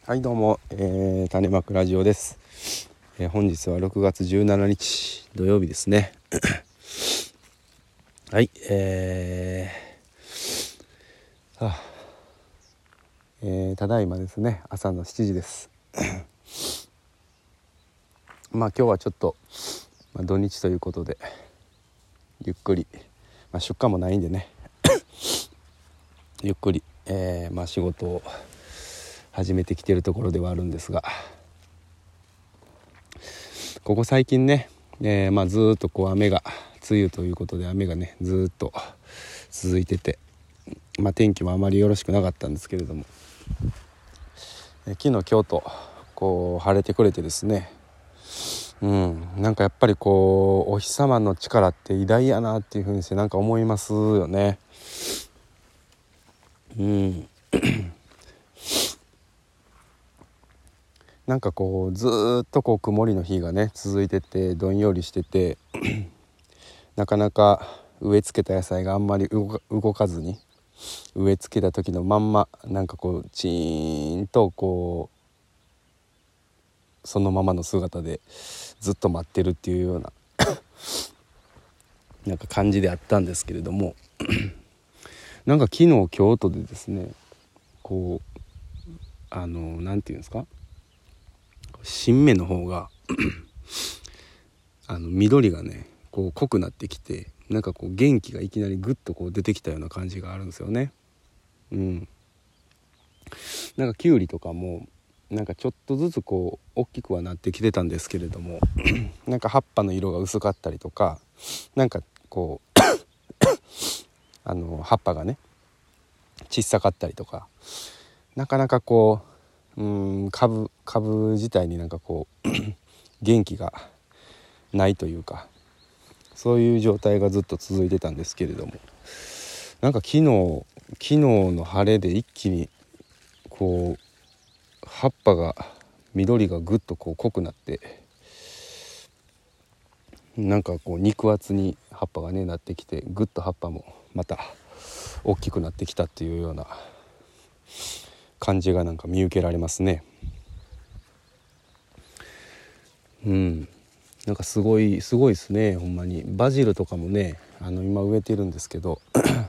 はいどうも、種まくラジオです。本日は6月17日土曜日ですね。はい、ただいまですね朝の7時です。今日はちょっと、土日ということでゆっくり、出荷もないんでねゆっくり、仕事を始めてきているところではあるんですが、ここ最近ね、ずっと梅雨ということで雨がねずっと続いてて、天気もあまりよろしくなかったんですけれども、昨日今日と晴れてくれてですね、なんかやっぱりお日様の力って偉大やなっていうふうにして思いますよね。ずっと曇りの日がね続いててどんよりしててなかなか植え付けた野菜があんまり動かずに、植え付けた時のまんまチーンとそのままの姿でずっと待ってるっていうような感じであったんですけれども昨日今日とでですねなんていうんですか、新芽の方が緑がね濃くなってきて元気がいきなりグッと出てきたような感じがあるんですよね。キュウリとかもちょっとずつ大きくはなってきてたんですけれども葉っぱの色が薄かったりとか葉っぱがね小さかったりとか、なかなか株自体に元気がないというか、そういう状態がずっと続いてたんですけれども、昨日の晴れで一気に葉っぱが緑がぐっと濃くなって、肉厚に葉っぱがねなってきて、ぐっと葉っぱもまた大きくなってきたっていうような感じが見受けられますね。すごいですね。ほんまにバジルとかもね今植えてるんですけど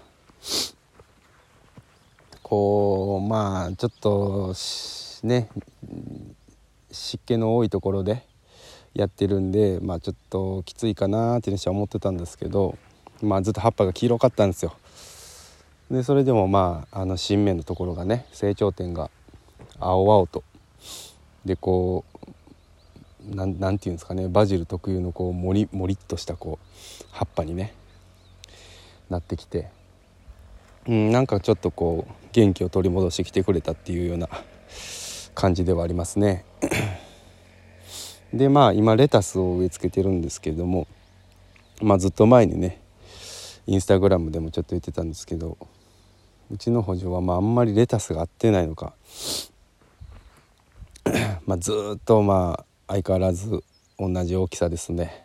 ちょっとね湿気の多いところでやってるんで、ちょっときついかなっていうのは思ってたんですけど、ずっと葉っぱが黄色かったんですよ。でそれでも新芽のところがね成長点が青々とでなんていうんですかね、バジル特有のもりっとした葉っぱにねなってきて、ちょっと元気を取り戻してきてくれたっていうような感じではありますね。で今レタスを植え付けてるんですけれども、ずっと前にねインスタグラムでもちょっと言ってたんですけど、うちの補助はあんまりレタスが合ってないのかずっと相変わらず同じ大きさですね。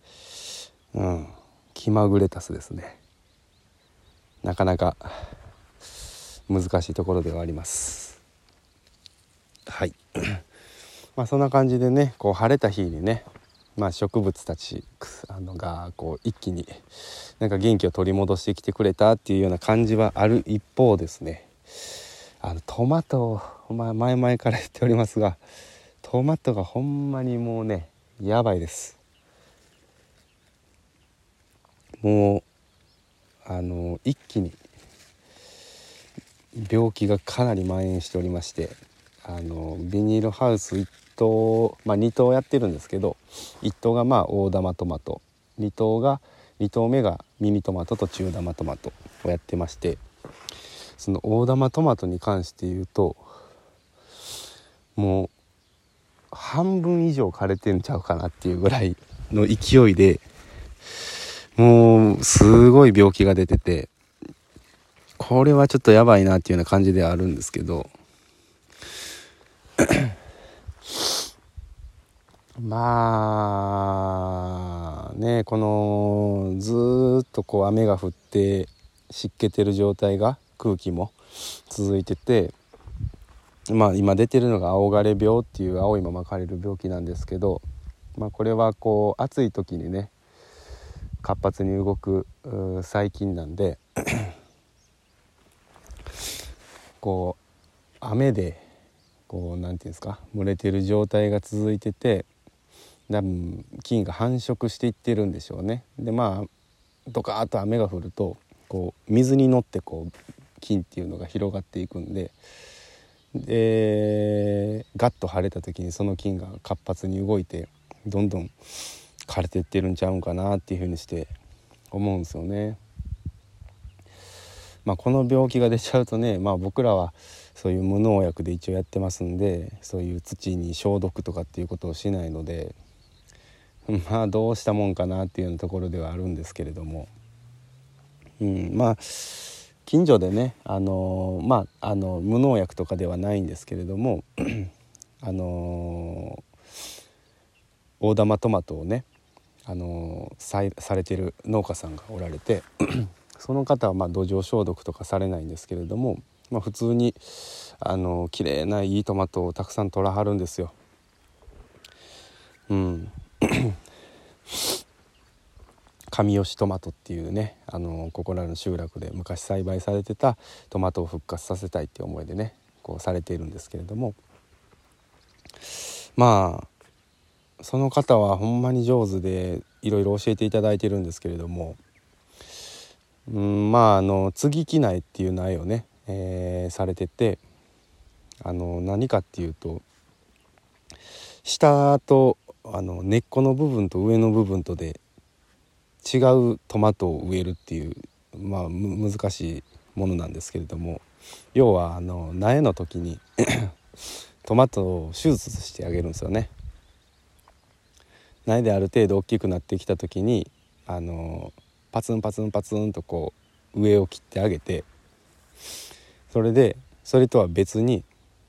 気まぐれレタスですね。なかなか難しいところではあります。はい。そんな感じでね晴れた日にね、植物たちが一気に元気を取り戻してきてくれたっていうような感じはある一方ですね、トマト前々から言っておりますが、トマトがほんまにもうねやばいです。もう一気に病気がかなり蔓延しておりまして、ビニールハウス1棟、2棟やってるんですけど、1棟が大玉トマト、2棟目がミニトマトと中玉トマトをやってまして、その大玉トマトに関して言うともう半分以上枯れてんちゃうかなっていうぐらいの勢いで、もうすごい病気が出てて、これはちょっとやばいなっていうような感じではあるんですけどこのずっと雨が降って湿気てる状態が空気も続いてて、 今出てるのが青枯れ病っていう青いまま枯れる病気なんですけど、これはこう暑い時にね活発に動く細菌なんでこう雨でこうなんていうんですか、蒸れてる状態が続いてて、多分菌が繁殖していってるんでしょうね。でドカーッと雨が降るとこう水に乗ってこう菌っていうのが広がっていくんで、ガッと晴れた時にその菌が活発に動いてどんどん枯れていってるんちゃうんかなっていうふうにして思うんですよね。この病気が出ちゃうとね、僕らはそういう無農薬で一応やってますんで、そういう土に消毒とかっていうことをしないので、どうしたもんかなっていうようなところではあるんですけれども、近所でね、無農薬とかではないんですけれども大玉トマトをね、されてる農家さんがおられてその方は土壌消毒とかされないんですけれども、普通に綺麗ないいトマトをたくさん取らはるんですよ。上吉トマトっていうね、ここらの集落で昔栽培されてたトマトを復活させたいっていう思いでねこうされているんですけれども、その方はほんまに上手でいろいろ教えていただいてるんですけれども、接ぎ木苗っていう苗をね、されてて、何かっていうと下と根っこの部分と上の部分とで違うトマトを植えるっていう、難しいものなんですけれども、要は苗の時にトマトを手術してあげるんですよね。苗である程度大きくなってきた時にパツンパツンパツンとこう上を切ってあげて、それとは別に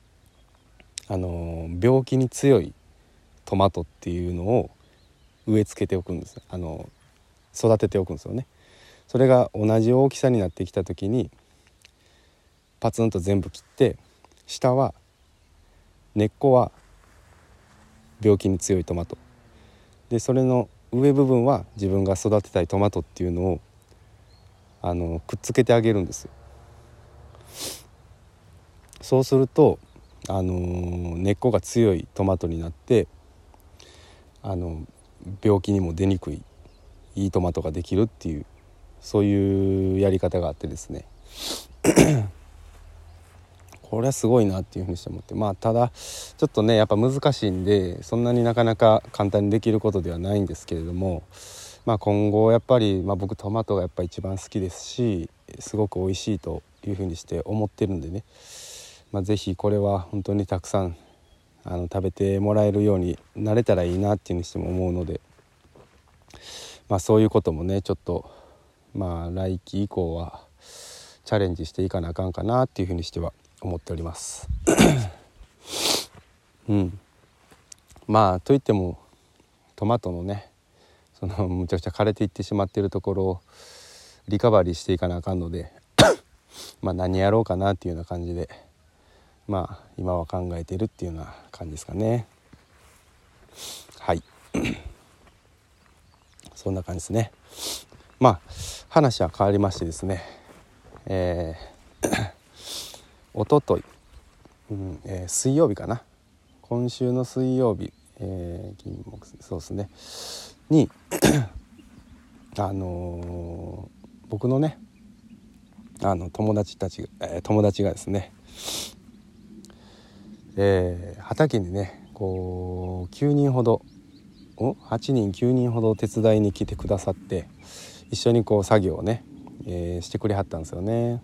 病気に強いトマトっていうのを植え付けておくんです。育てておくんですよね。それが同じ大きさになってきた時にパツンと全部切って、下は根っこは病気に強いトマトで、それの上部分は自分が育てたいトマトっていうのをくっつけてあげるんですよ。そうすると根っこが強いトマトになって病気にも出にくいいいトマトができるっていう、そういうやり方があってですねこれはすごいなっていうふうにして思って、ただちょっとねやっぱ難しいんで、そんなになかなか簡単にできることではないんですけれども、今後やっぱり、僕トマトがやっぱ一番好きですし、すごく美味しいというふうにして思ってるんでね、ぜひこれは本当にたくさん食べてもらえるようになれたらいいなっていうにしても思うので、そういうこともねちょっと来期以降はチャレンジしていかなあかんかなっていうふうにしては思っておりますといってもトマトのねむちゃくちゃ枯れていってしまっているところをリカバリーしていかなあかんので何やろうかなっていうような感じで今は考えているっていうような感じですかね。はいそんな感じですね。話は変わりましてですね、おととい、水曜日かな、今週の水曜日、金木そうですねに僕のね友達がですね、畑にねこう9人ほど8人9人ほど手伝いに来てくださって、一緒にこう作業をね、してくれはったんですよね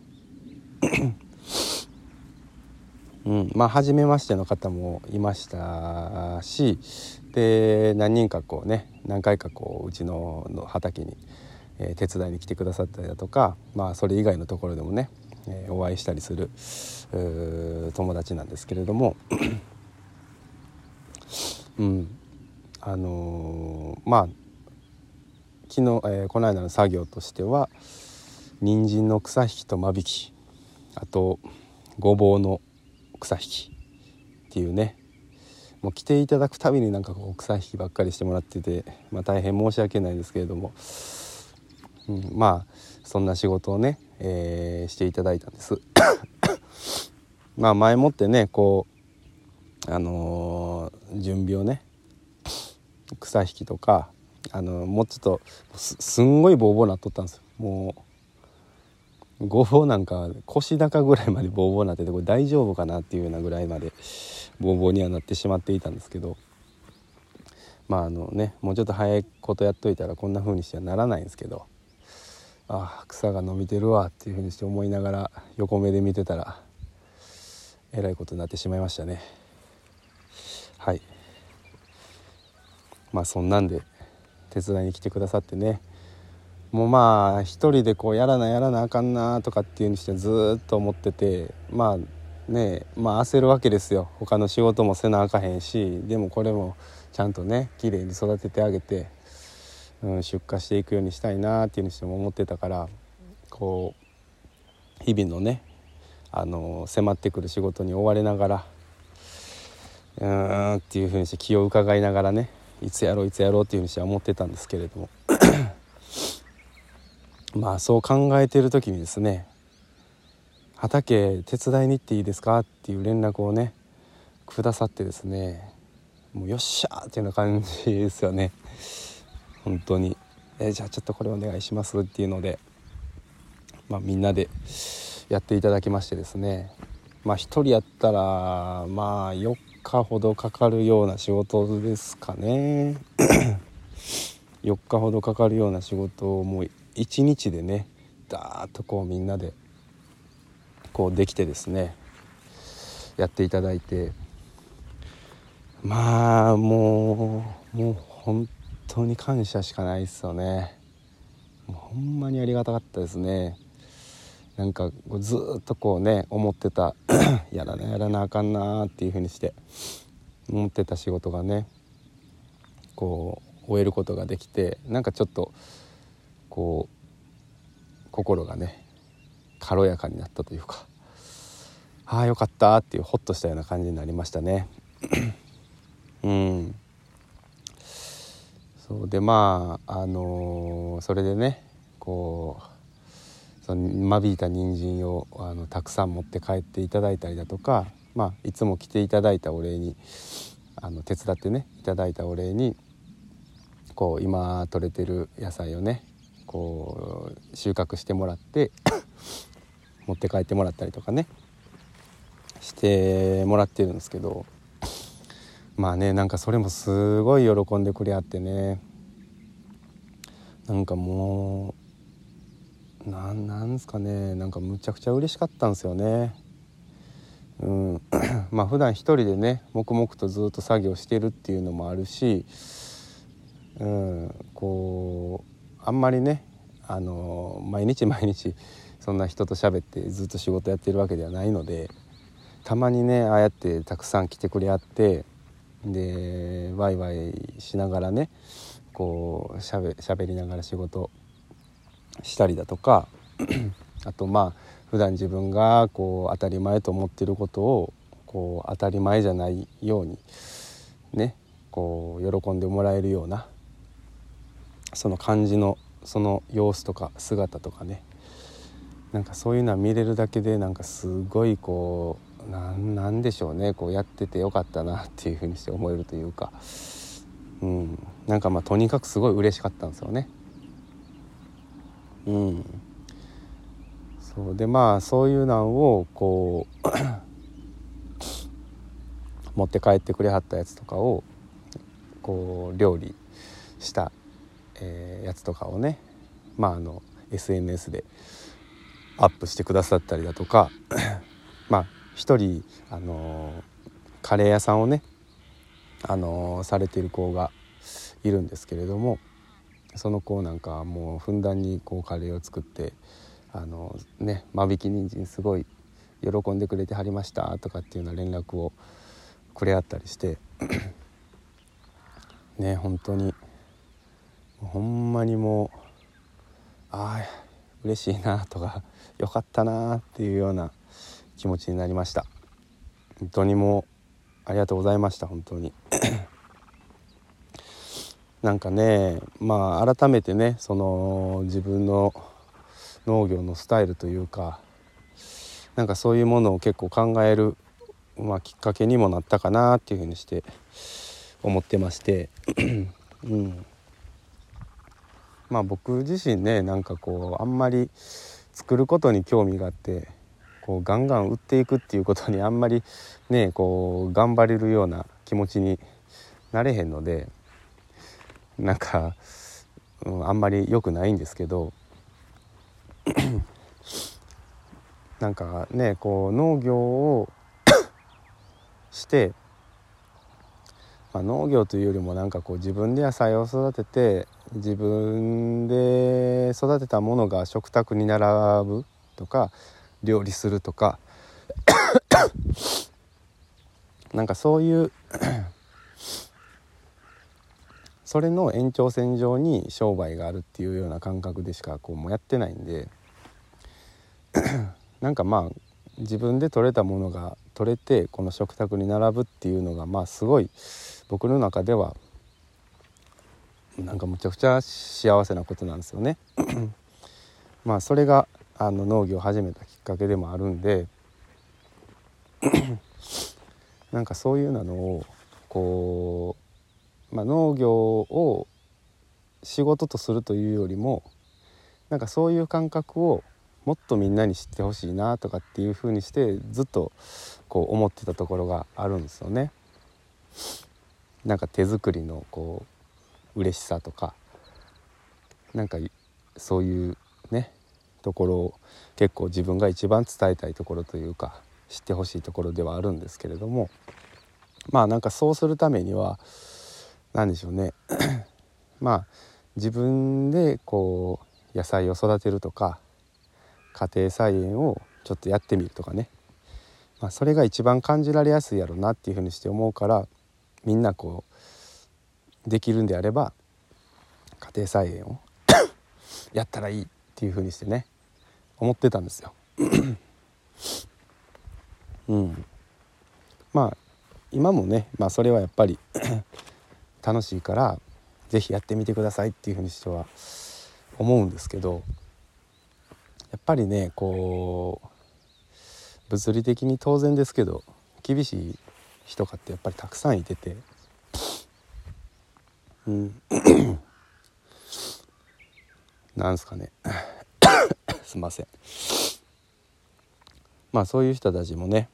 初めましての方もいましたし、で何人かこうね何回かこううちの畑に、手伝いに来てくださったりだとか、それ以外のところでもね、お会いしたりする友達なんですけれども昨日、この間の作業としては人参の草引きと間引き、あとごぼうの草引きっていうね、もう来ていただくたびになんかこう草引きばっかりしてもらってて、大変申し訳ないですけれども、そんな仕事をね、していただいたんです前もってねこう準備をね、草引きとかもうちょっとすんごいボーボーなっとったんですよ。もうごぼうなんか腰高ぐらいまでボーボーなってて、これ大丈夫かなっていうようなぐらいまでボーボーにはなってしまっていたんですけど、もうちょっと早いことやっといたらこんな風にしてはならないんですけど、草が伸びてるわっていう風にして思いながら横目で見てたらえらいことになってしまいましたね。はい。そんなんで手伝いに来てくださってね、もう一人でこうやらなあかんなとかっていうにしてずっと思ってて、焦るわけですよ。他の仕事もせなあかへんし、でもこれもちゃんとね綺麗に育ててあげて、出荷していくようにしたいなっていうにしても思ってたから、こう日々のね迫ってくる仕事に追われながらっていうふうにして気を伺いながらね、いつやろうっていうふうにして思ってたんですけれどもそう考えている時にですね、畑手伝いに行っていいですかっていう連絡をねくださってですね、もうよっしゃーっていうような感じですよね。本当にじゃあちょっとこれお願いしますっていうので、みんなでやっていただきましてですね、一人やったら4日ほどかかるような仕事ですかね4日ほどかかるような仕事をもう1日でねダーッとこうみんなでこうできてですねやっていただいて、もう本当に感謝しかないですよね。もうほんまにありがたかったですね。なんかずっとこうね思ってたやらなあかんなっていう風にして思ってた仕事がねこう終えることができて、なんかちょっとこう心がね軽やかになったというか、よかったっていうほっとしたような感じになりましたねそうでそれでねこうその間引いた人参をたくさん持って帰っていただいたりだとか、いつも来ていただいたお礼に手伝ってねいただいたお礼にこう今採れてる野菜をねこう収穫してもらって持って帰ってもらったりとかねしてもらってるんですけど、なんかそれもすごい喜んでくれあってね、なんかもうなんですかね、なんかむちゃくちゃ嬉しかったんですよね。普段一人でね黙々とずっと作業してるっていうのもあるし、こうあんまりね毎日そんな人と喋ってずっと仕事やってるわけではないので、たまにねああやってたくさん来てくれあって、でワイワイしながらねこうしゃべりながら仕事したりだとかあと普段自分がこう当たり前と思っていることをこう当たり前じゃないようにねこう喜んでもらえるようなその感じのその様子とか姿とかね、なんかそういうのは見れるだけでなんかすごいこうなんでしょうね、こうやっててよかったなっていうふうにして思えるというか、なんかとにかくすごい嬉しかったんですよね。そうでそういうのをこう持って帰ってくれはったやつとかをこう料理した、やつとかをねSNS でアップしてくださったりだとか一人カレー屋さんをねされている子がいるんですけれども、その子なんかもうふんだんにこうカレーを作って間引き人参すごい喜んでくれてはりましたとかっていうような連絡をくれ合ったりしてね、本当にほんまにもう嬉しいなとかよかったなっていうような気持ちになりました。本当にもうありがとうございました本当になんかね改めてねその自分の農業のスタイルというかなんかそういうものを結構考える、きっかけにもなったかなっていうふうにして思ってまして僕自身ねなんかこうあんまり作ることに興味があってこうガンガン売っていくっていうことにあんまりねこう頑張れるような気持ちになれへんのでなんか、あんまり良くないんですけどなんかねこう農業をして農業というよりもなんかこう自分で野菜を育てて自分で育てたものが食卓に並ぶとか料理するとかなんかそういうそれの延長線上に商売があるっていうような感覚でしかこうもうやってないんでなんか自分で採れたものが取れてこの食卓に並ぶっていうのがすごい僕の中ではなんかむちゃくちゃ幸せなことなんですよねそれが農業を始めたきっかけでもあるんでなんかそういうのをこう、農業を仕事とするというよりもなんかそういう感覚をもっとみんなに知ってほしいなとかっていう風にしてずっとこう思ってたところがあるんですよね。なんか手作りのこう嬉しさとかなんかそういうねところを結構自分が一番伝えたいところというか知ってほしいところではあるんですけれどもなんかそうするためには何でしょうね自分でこう野菜を育てるとか家庭菜園をちょっとやってみるとかね、それが一番感じられやすいやろなっていうふうにして思うからみんなこうできるんであれば家庭菜園をやったらいいっていうふうにしてね思ってたんですよ今もねそれはやっぱり楽しいからぜひやってみてくださいっていうふうにしては思うんですけどやっぱりねこう物理的に当然ですけど厳しい人かってやっぱりたくさんいててなんすかねすいませんそういう人たちもね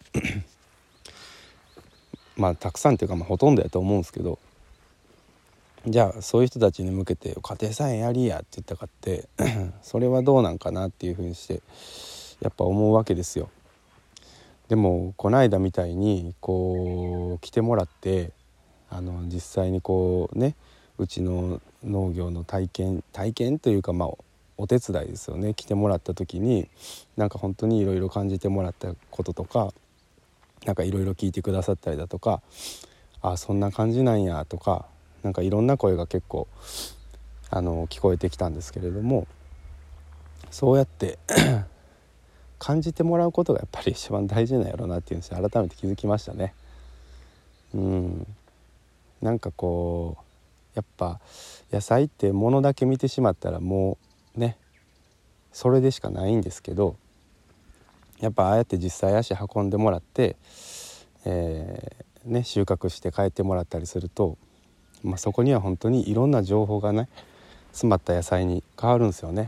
たくさんっていうかほとんどやと思うんですけどじゃあそういう人たちに向けて家庭菜園やりやって言ったかってそれはどうなんかなっていうふうにしてやっぱ思うわけですよ。でもこの間みたいにこう来てもらって実際にこうねうちの農業の体験というかお手伝いですよね来てもらった時になんか本当にいろいろ感じてもらったこととかなんかいろいろ聞いてくださったりだとかそんな感じなんやとかなんかいろんな声が結構聞こえてきたんですけれどもそうやって感じてもらうことがやっぱり一番大事なんやろうなっていうのを改めて気づきましたね。なんかこうやっぱ野菜って物だけ見てしまったらもうねそれでしかないんですけどやっぱああやって実際足運んでもらって、収穫して帰ってもらったりすると、そこには本当にいろんな情報がね詰まった野菜に変わるんですよね。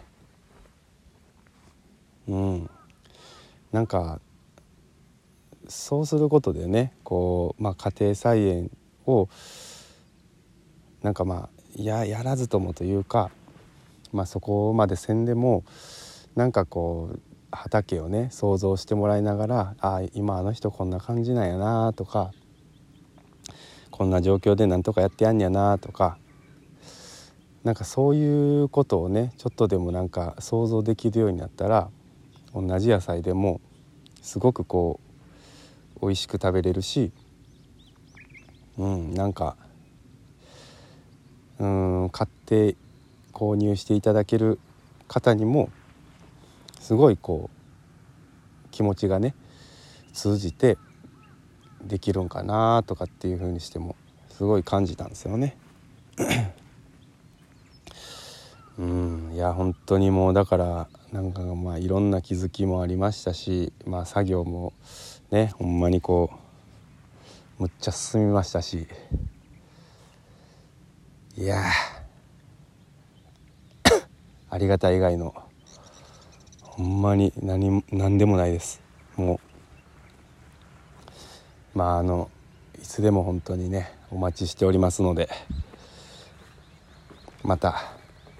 なんかそうすることでねこう、家庭菜園をなんかやらずともというか、そこまでせんでもなんかこう畑をね想像してもらいながら今あの人こんな感じなんやなとかこんな状況でなんとかやってやんやなとかなんかそういうことをねちょっとでもなんか想像できるようになったら同じ野菜でもすごくこう美味しく食べれるしなんか買って購入していただける方にもすごいこう気持ちがね通じてできるんかなとかっていう風にしてもすごい感じたんですよね。いや本当にもうだからなんかまあいろんな気づきもありましたし、まあ作業もねほんまにこうむっちゃ進みましたし、いやありがたい以外のほんまに何でもないです。もうまあいつでも本当にねお待ちしておりますので、また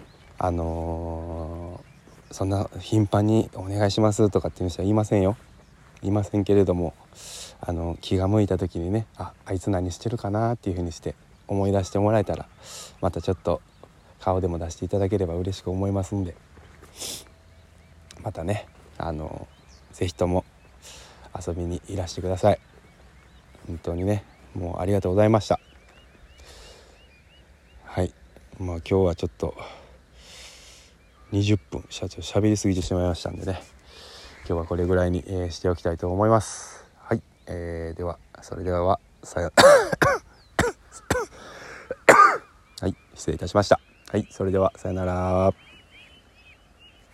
そんな頻繁にお願いしますとかっていう人は言いませんよ。言いませんけれども、気が向いた時にね、あいつ何してるかなっていう風にして思い出してもらえたら、またちょっと顔でも出していただければ嬉しく思いますんで、またねぜひとも遊びにいらしてください。本当にねもうありがとうございました。はい、まあ今日はちょっと20分喋りすぎてしまいましたんでね、今日はこれぐらいに、しておきたいと思います。はい、ではそれでははい失礼いたしました。はい、それではさよなら。